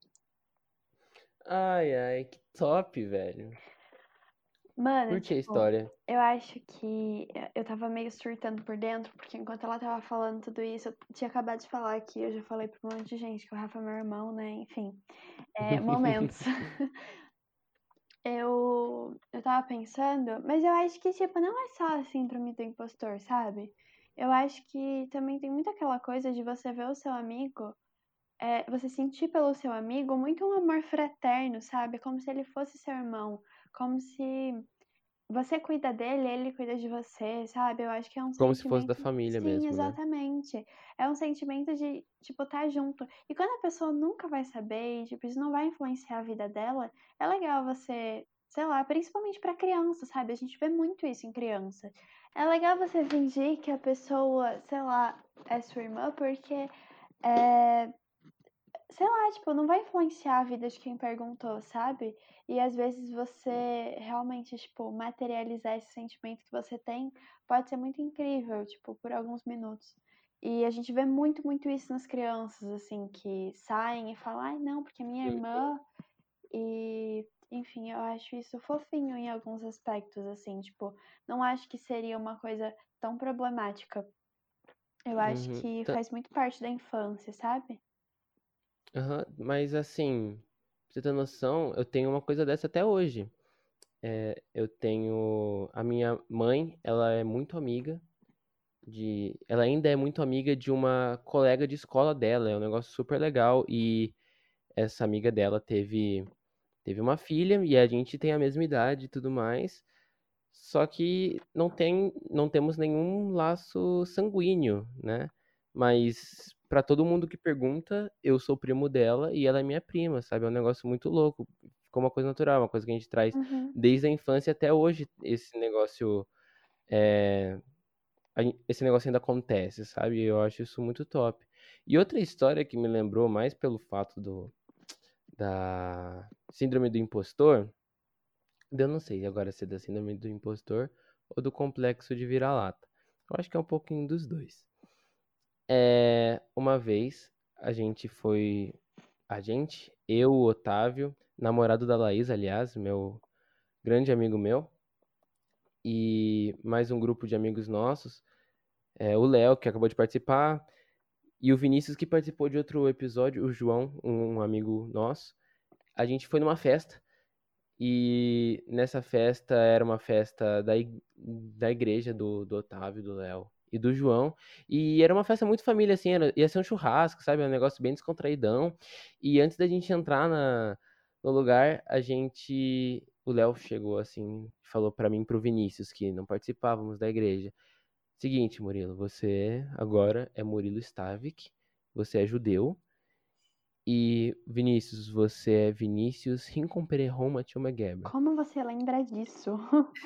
Ai, ai, que top, velho.
Mano,
Curti a
tipo,
história.
eu acho que eu tava meio surtando por dentro, porque enquanto ela tava falando tudo isso, eu tinha acabado de falar aqui, eu já falei pra um monte de gente que o Rafa é meu irmão, né? Enfim, momentos. Eu tava pensando, mas eu acho que, tipo, não é só a síndrome do impostor, sabe? Eu acho que também tem muito aquela coisa de você ver o seu amigo, você sentir pelo seu amigo muito um amor fraterno, sabe? Como se ele fosse seu irmão, como se você cuida dele, ele cuida de você, sabe? Eu acho que é um
Como se fosse da
sentimento.
família
Sim,
mesmo, né?
exatamente. É um sentimento de, tipo, estar junto. E quando a pessoa nunca vai saber, e, tipo, isso não vai influenciar a vida dela, é legal você, sei lá, principalmente pra criança, sabe? A gente vê muito isso em criança. É legal você fingir que a pessoa, sei lá, é sua irmã, porque sei lá, tipo, não vai influenciar a vida de quem perguntou, sabe? E às vezes você realmente, tipo, materializar esse sentimento que você tem pode ser muito incrível, tipo, por alguns minutos. E a gente vê muito, muito isso nas crianças, assim, que saem e falam, ai, não, porque minha irmã. E, enfim, eu acho isso fofinho em alguns aspectos, assim, tipo, não acho que seria uma coisa tão problemática. Eu acho
Uhum.
que faz muito parte da infância, sabe?
Aham, mas assim, pra você ter noção, eu tenho uma coisa dessa até hoje. Eu tenho. A minha mãe, ela é muito amiga de. Ela ainda é muito amiga de uma colega de escola dela. É um negócio super legal. E essa amiga dela teve uma filha e a gente tem a mesma idade e tudo mais. Só que não temos nenhum laço sanguíneo, né? Mas pra todo mundo que pergunta, eu sou primo dela e ela é minha prima, sabe? É um negócio muito louco. Ficou uma coisa natural, uma coisa que a gente traz
Uhum.
desde a infância até hoje. É, esse negócio ainda acontece, sabe? Eu acho isso muito top. E outra história que me lembrou mais pelo fato da síndrome do impostor. Eu não sei agora se é da síndrome do impostor ou do complexo de vira-lata. Eu acho que é um pouquinho dos dois. Uma vez a gente foi. Eu, o Otávio, namorado da Laís, aliás, meu grande amigo meu, e mais um grupo de amigos nossos, o Léo, que acabou de participar, e o Vinícius, que participou de outro episódio, o João, um amigo nosso. A gente foi numa festa. E nessa festa era uma festa da igreja do Otávio, do Léo e do João. E era uma festa muito família, assim, ia ser um churrasco, sabe? Um negócio bem descontraidão. E antes da gente entrar no lugar, o Léo chegou assim, falou pra mim e pro Vinícius, que não participávamos da igreja. Seguinte, Murilo, você agora é Murilo Stavik, você é judeu. E Vinícius, você é Vinícius Rincompere Mathieu Geber.
Como você lembra disso?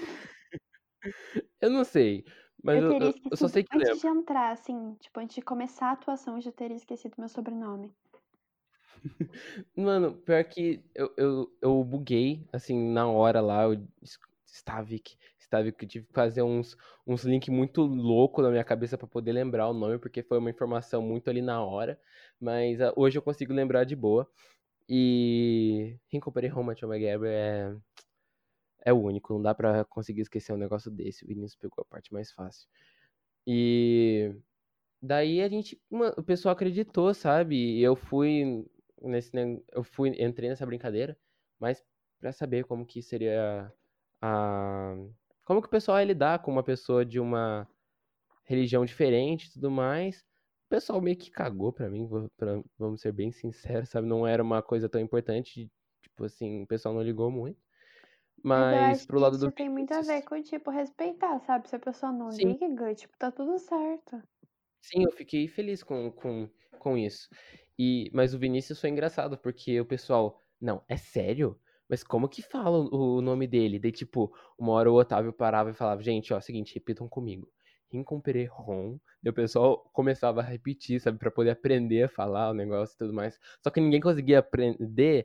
Eu não sei, mas
Eu teria
eu só
esquecido
sei que
antes
lembro.
de entrar, assim, tipo, antes de começar a atuação, eu já teria esquecido meu sobrenome.
Mano, pior que eu buguei, assim, na hora lá, Stavik, eu tive que fazer uns links muito loucos na minha cabeça pra poder lembrar o nome, porque foi uma informação muito ali na hora, mas hoje eu consigo lembrar de boa. E Rincompare Mathieu Geber é o único, não dá pra conseguir esquecer um negócio desse, o Vinícius pegou a parte mais fácil. E daí o pessoal acreditou, sabe? E eu fui entrei nessa brincadeira, mas pra saber como que seria a como que o pessoal ia lidar com uma pessoa de uma religião diferente e tudo mais. O pessoal meio que cagou pra mim, vamos ser bem sinceros, sabe? Não era uma coisa tão importante, tipo assim, o pessoal não ligou muito.
Mas eu
Mas
acho
pro
que
lado do
isso tem muito a ver
Vinícius,
com, tipo, respeitar, sabe? Se a pessoa não
sim,
liga, tipo, tá tudo certo.
sim, eu fiquei feliz com isso. Mas o Vinícius foi engraçado, porque o pessoal, não, é sério? Mas como que fala o nome dele? Daí, tipo, uma hora o Otávio parava e falava, gente, ó, seguinte, repitam comigo. Rincompere-ron. Daí o pessoal começava a repetir, sabe, pra poder aprender a falar o negócio e tudo mais. Só que ninguém conseguia aprender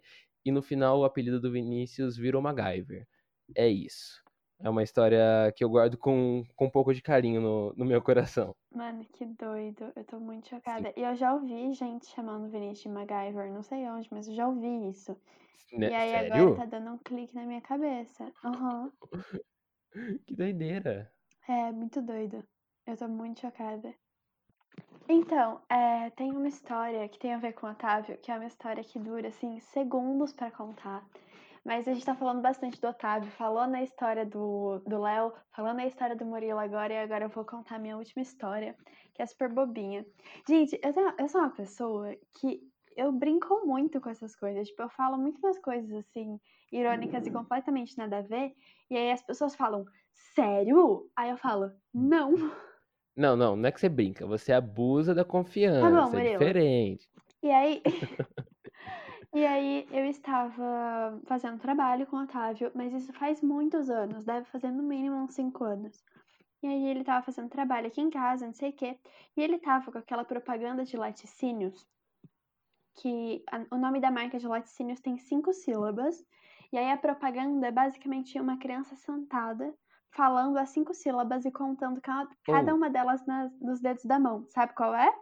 e no final o apelido do Vinícius virou MacGyver. É isso. É uma história que eu guardo com um pouco de carinho no meu coração.
Mano, que doido. Eu tô muito
Sim.
chocada. E eu já ouvi gente chamando o Vinícius de MacGyver, não sei onde, mas eu já ouvi isso. E aí agora tá
Sério?
dando um clique na minha cabeça. Aham.
Que doideira.
É muito doido. Eu tô muito chocada. Então, tem uma história que tem a ver com o Otávio, que é uma história que dura, assim, segundos pra contar. Mas a gente tá falando bastante do Otávio, falou na história do Léo, falando na história do Murilo agora, e agora eu vou contar a minha última história, que é super bobinha. Gente, eu sou uma pessoa que eu brinco muito com essas coisas. Tipo, eu falo muito umas coisas, assim, irônicas e completamente nada a ver, e aí as pessoas falam, sério? Aí eu falo, não.
Não é que você brinca, você abusa da
Tá bom,
confiança, é
Murilo.
diferente.
E aí, e aí eu estava fazendo trabalho com o Otávio, mas isso faz muitos anos, deve fazer no mínimo uns 5 anos. E aí ele tava fazendo trabalho aqui em casa, não sei o quê, e ele tava com aquela propaganda de laticínios, que o nome da marca de laticínios tem 5 sílabas, e aí a propaganda é basicamente uma criança sentada, falando as 5 sílabas e contando cada
Ou,
uma delas nos dedos da mão. Sabe qual é?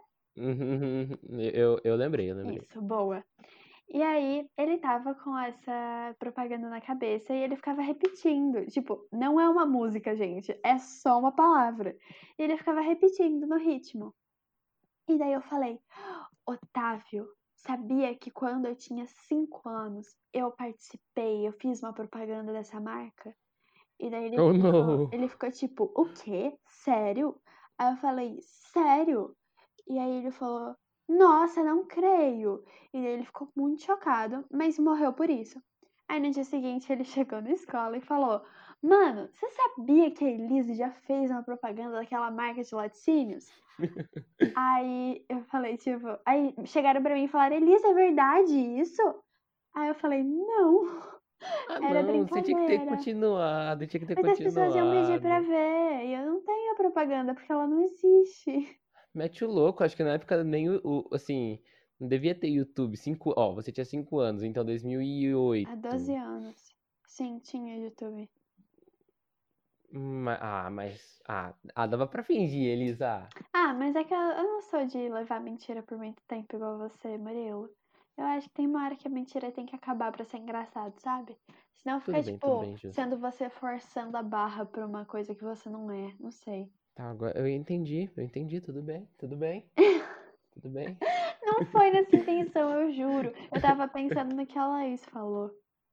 eu lembrei.
Isso, boa. E aí, ele tava com essa propaganda na cabeça e ele ficava repetindo. Tipo, não é uma música, gente, é só uma palavra. E ele ficava repetindo no ritmo. E daí eu falei, Otávio, sabia que quando eu tinha 5 anos, eu fiz uma propaganda dessa marca? E daí
Oh, não.
ele ficou tipo, o quê? Sério? Aí eu falei, sério? E aí ele falou, nossa, não creio. E daí ele ficou muito chocado, mas morreu por isso. Aí no dia seguinte ele chegou na escola e falou, mano, você sabia que a Elise já fez uma propaganda daquela marca de laticínios? Aí eu falei, tipo, aí chegaram pra mim e falaram, Elise, é verdade isso? Aí eu falei, não,
Ah,
era
não, você tinha que ter
brincadeira.
continuado, tinha que ter
Mas as pessoas iam pedir pra
continuado.
ver, e eu não tenho a propaganda porque ela não existe.
Mete o louco, acho que na época nem assim, não devia ter YouTube. Você tinha 5 anos, então
Há 12
2008.
anos. Sim, tinha YouTube.
Dava pra fingir, Elisa.
Ah, mas é que eu não sou de levar mentira por muito tempo igual você, Murilo. Eu acho que tem uma hora que a mentira tem que acabar pra ser engraçado, sabe? Senão fica,
Tudo
tipo,
bem, justo.
sendo você forçando a barra pra uma coisa que você não é. Não sei.
Tá, agora eu entendi, tudo bem, tudo bem, tudo bem.
Não foi nessa intenção, eu juro. Eu tava pensando no que a Laís falou.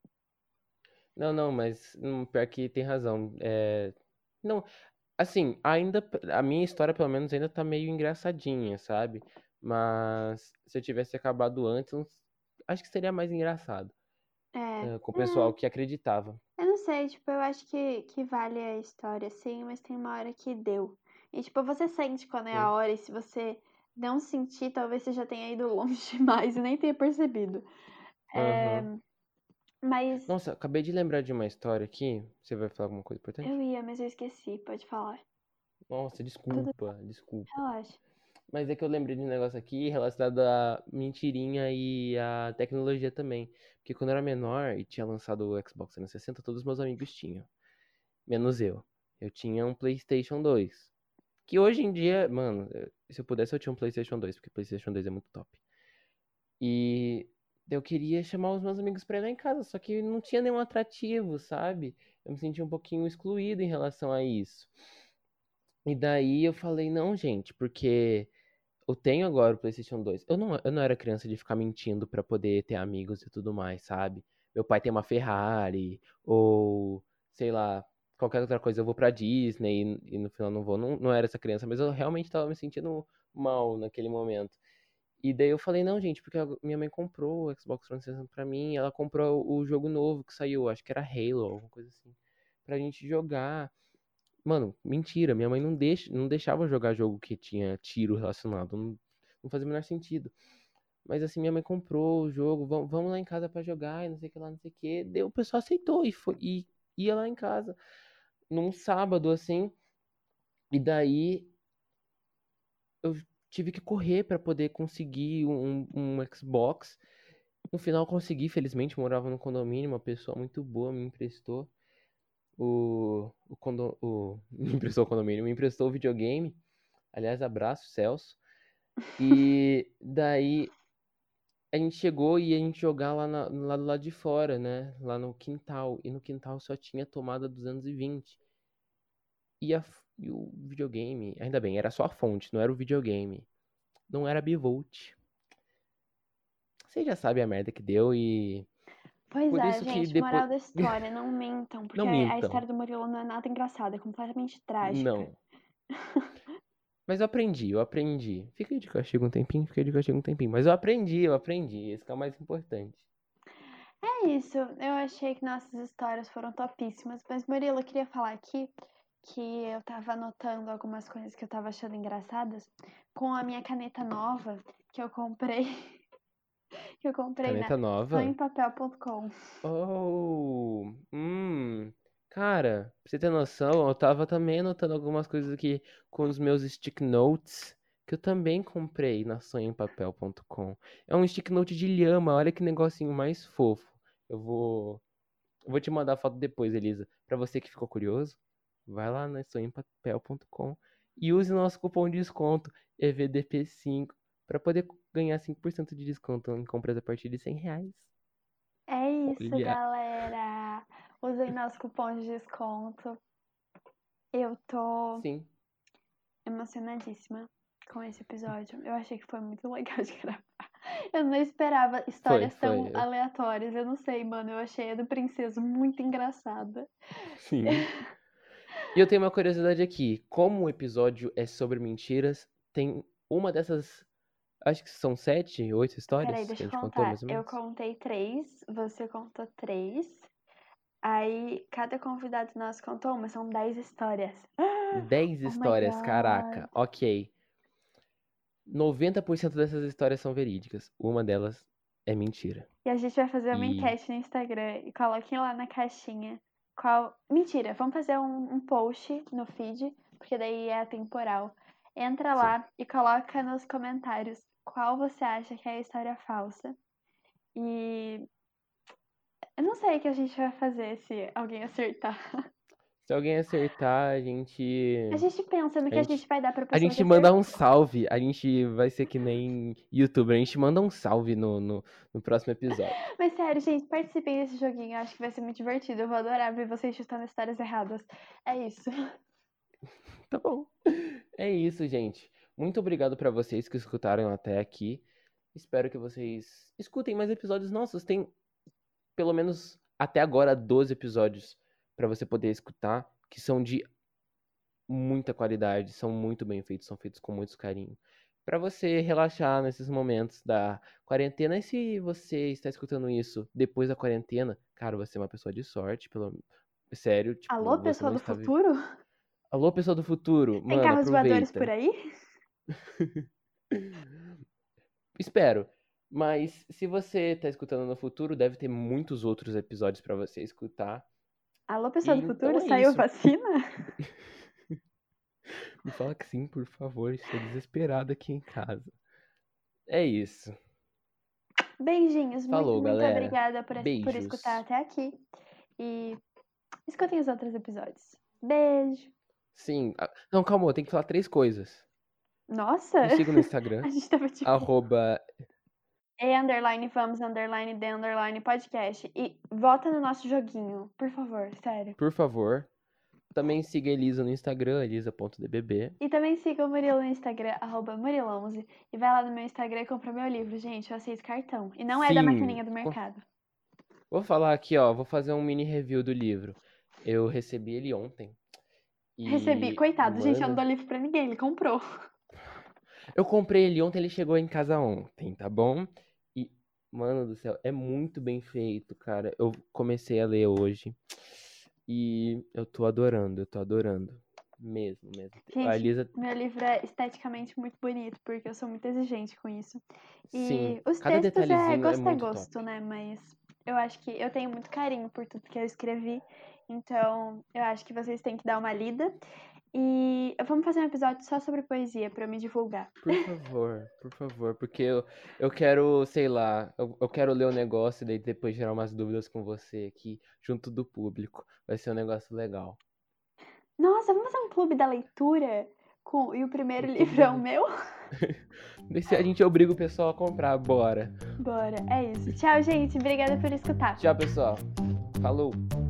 Não, mas pior que tem razão. Não, assim, ainda a minha história pelo menos ainda tá meio engraçadinha, sabe? Mas se eu tivesse acabado antes, acho que seria mais engraçado,
É.
com o pessoal que acreditava.
Eu não sei, tipo, eu acho que vale a história, sim, mas tem uma hora que deu. E, tipo, você sente quando é a
Sim.
hora, e se você não sentir, talvez você já tenha ido longe demais e nem tenha percebido. É,
Aham.
mas
Nossa, acabei de lembrar de uma história aqui. Você vai falar alguma coisa
eu
importante?
ia, mas eu esqueci, pode falar.
Nossa,
Tudo,
desculpa.
relaxa.
Mas é que eu lembrei de um negócio aqui relacionado à mentirinha e à tecnologia também. Porque quando eu era menor e tinha lançado o Xbox 360, todos os meus amigos tinham. Menos eu. Eu tinha um PlayStation 2. Que hoje em dia, mano, se eu pudesse eu tinha um PlayStation 2, porque PlayStation 2 é muito top. E eu queria chamar os meus amigos pra ir lá em casa, só que não tinha nenhum atrativo, sabe? Eu me sentia um pouquinho excluído em relação a isso. E daí eu falei, não, gente, porque eu tenho agora o PlayStation 2. Eu não era criança de ficar mentindo pra poder ter amigos e tudo mais, sabe? Meu pai tem uma Ferrari, ou sei lá, qualquer outra coisa. Eu vou pra Disney e no final não vou. Não era essa criança, mas eu realmente tava me sentindo mal naquele momento. E daí eu falei, não, gente, porque minha mãe comprou o Xbox 360 pra mim, ela comprou o jogo novo que saiu, acho que era Halo, alguma coisa assim, pra gente jogar. Mano, mentira, minha mãe não deixava eu jogar jogo que tinha tiro relacionado, não fazia o menor sentido. Mas assim, minha mãe comprou o jogo, vamos lá em casa pra jogar, e não sei o que lá, não sei o que. Daí o pessoal aceitou e ia lá em casa num sábado, assim, e daí eu tive que correr pra poder conseguir um Xbox. No final consegui, felizmente, morava no condomínio, uma pessoa muito boa me emprestou me emprestou o condomínio, me emprestou o videogame. Aliás, abraço, Celso. E daí a gente chegou e a gente jogar lá do lado de fora, né? Lá no quintal. E no quintal só tinha tomada 220. E o videogame, ainda bem, era só a fonte, não era o videogame. Não era bivolt. Você já sabe a merda que deu e
Pois
por
é,
isso que
gente,
depois.
moral da história, não mintam, porque
Não
a
mintam.
história do Murilo não é nada engraçada, é completamente trágica.
Não. Mas eu aprendi. Fiquei de castigo um tempinho, fiquei de castigo um tempinho. Mas eu aprendi. Esse que é o mais importante.
É isso, eu achei que nossas histórias foram topíssimas, mas Murilo, eu queria falar aqui que eu tava anotando algumas coisas que eu tava achando engraçadas com a minha caneta nova que eu comprei, na
Caneta nova?
sonhopapel.com.
Oh, cara, pra você ter noção, eu tava também anotando algumas coisas aqui com os meus stick notes que eu também comprei na sonhoempapel.com. É um stick note de lhama, olha que negocinho mais fofo. Eu vou te mandar a foto depois, Elisa. Pra você que ficou curioso, vai lá na sonhoempapel.com e use o nosso cupom de desconto EVDP5 pra poder ganhar 5% de desconto em compras a partir de R$ 100.
É isso,
Olha,
galera. Usem nosso cupom de desconto. Eu tô
sim.
emocionadíssima com esse episódio. Eu achei que foi muito legal de gravar. Eu não esperava
Foi.
histórias tão aleatórias. Eu não sei, mano. Eu achei a do Princeso muito engraçada.
Sim. E eu tenho uma curiosidade aqui. Como o episódio é sobre mentiras, tem uma dessas. Acho que são 7, 8
Peraí,
histórias que
deixa
a
eu
gente contou,
contar.
mais ou
Eu
menos.
contei 3, você contou 3. Aí, cada convidado nosso contou uma, são 10 histórias.
10
Oh my
histórias,
god.
caraca. Ok. 90% dessas histórias são verídicas. Uma delas é mentira.
E a gente vai fazer uma
E.
enquete no Instagram e coloquem lá na caixinha qual. Mentira, vamos fazer um post no feed, porque daí é atemporal. Entra
Sim.
lá e coloca nos comentários qual você acha que é a história falsa. E eu não sei o que a gente vai fazer se alguém acertar.
Se alguém acertar, a gente.
A gente pensa no
A
que a gente
gente.
vai dar pra
A
pessoa que
gente manda um
acertou.
salve. A gente vai ser que nem youtuber. A gente manda um salve no próximo episódio.
Mas sério, gente, participem desse joguinho. Eu acho que vai ser muito divertido. Eu vou adorar ver vocês chutando histórias erradas. É isso.
Tá bom. É isso, gente. Muito obrigado pra vocês que escutaram até aqui. Espero que vocês escutem mais episódios nossos. Tem pelo menos até agora 12 episódios pra você poder escutar, que são de muita qualidade, são muito bem feitos, são feitos com muito carinho. Pra você relaxar nesses momentos da quarentena. E se você está escutando isso depois da quarentena, cara, você é uma pessoa de sorte, sério, tipo,
Alô,
você
pessoa
não
do
está
futuro?
Alô, pessoa do futuro,
Tem
mano,
carros voadores por
aproveita.
aí?
Espero. Mas se você tá escutando no futuro, deve ter muitos outros episódios pra você escutar.
Alô,
E
pessoa do
então
futuro?
é
Saiu
isso.
vacina?
Me fala que sim, por favor. Estou desesperado aqui em casa. É isso.
Beijinhos, muito,
Falou,
muito
galera.
obrigada por escutar
Beijos.
até aqui. E escutem os outros episódios. Beijo.
Sim. Não, calma, tem que falar 3 coisas.
Nossa,
Me siga no Instagram,
a gente tava tipo.
arroba...
_vamos_podcast. E vota no nosso joguinho, por favor, sério.
Por favor. Também siga a Elisa no Instagram, elisa.dbb.
E também siga o Murilo no Instagram, @Murilo11. E vai lá no meu Instagram e compra meu livro, gente. Eu aceito cartão. E não é da
Sim.
maquininha do mercado.
Vou falar aqui, ó. Vou fazer um mini review do livro. Eu recebi ele ontem.
Recebi.
E,
Coitado, gente, eu não
mano,
dou livro pra ninguém. Ele comprou.
eu comprei ele ontem, ele chegou em casa ontem, tá bom? E, mano do céu, é muito bem feito, cara. Eu comecei a ler hoje e eu tô adorando, Mesmo, mesmo. A
Gente,
Elisa,
meu livro é esteticamente muito bonito, porque eu sou muito exigente com isso.
sim,
E os
cada
textos
detalhezinho é
gosto
muito
gosto,
top.
né? Mas eu acho que eu tenho muito carinho por tudo que eu escrevi. Então, eu acho que vocês têm que dar uma lida. E vamos fazer um episódio só sobre poesia pra eu me divulgar.
Por favor, porque eu quero, sei lá, eu quero ler o negócio e daí depois gerar umas dúvidas com você aqui, junto do público. Vai ser um negócio legal.
Nossa, vamos fazer um clube da leitura? E o primeiro livro é o meu?
Vê se a gente obriga o pessoal a comprar, bora.
Bora, é isso. Tchau, gente. Obrigada por escutar.
Tchau, pessoal. Falou.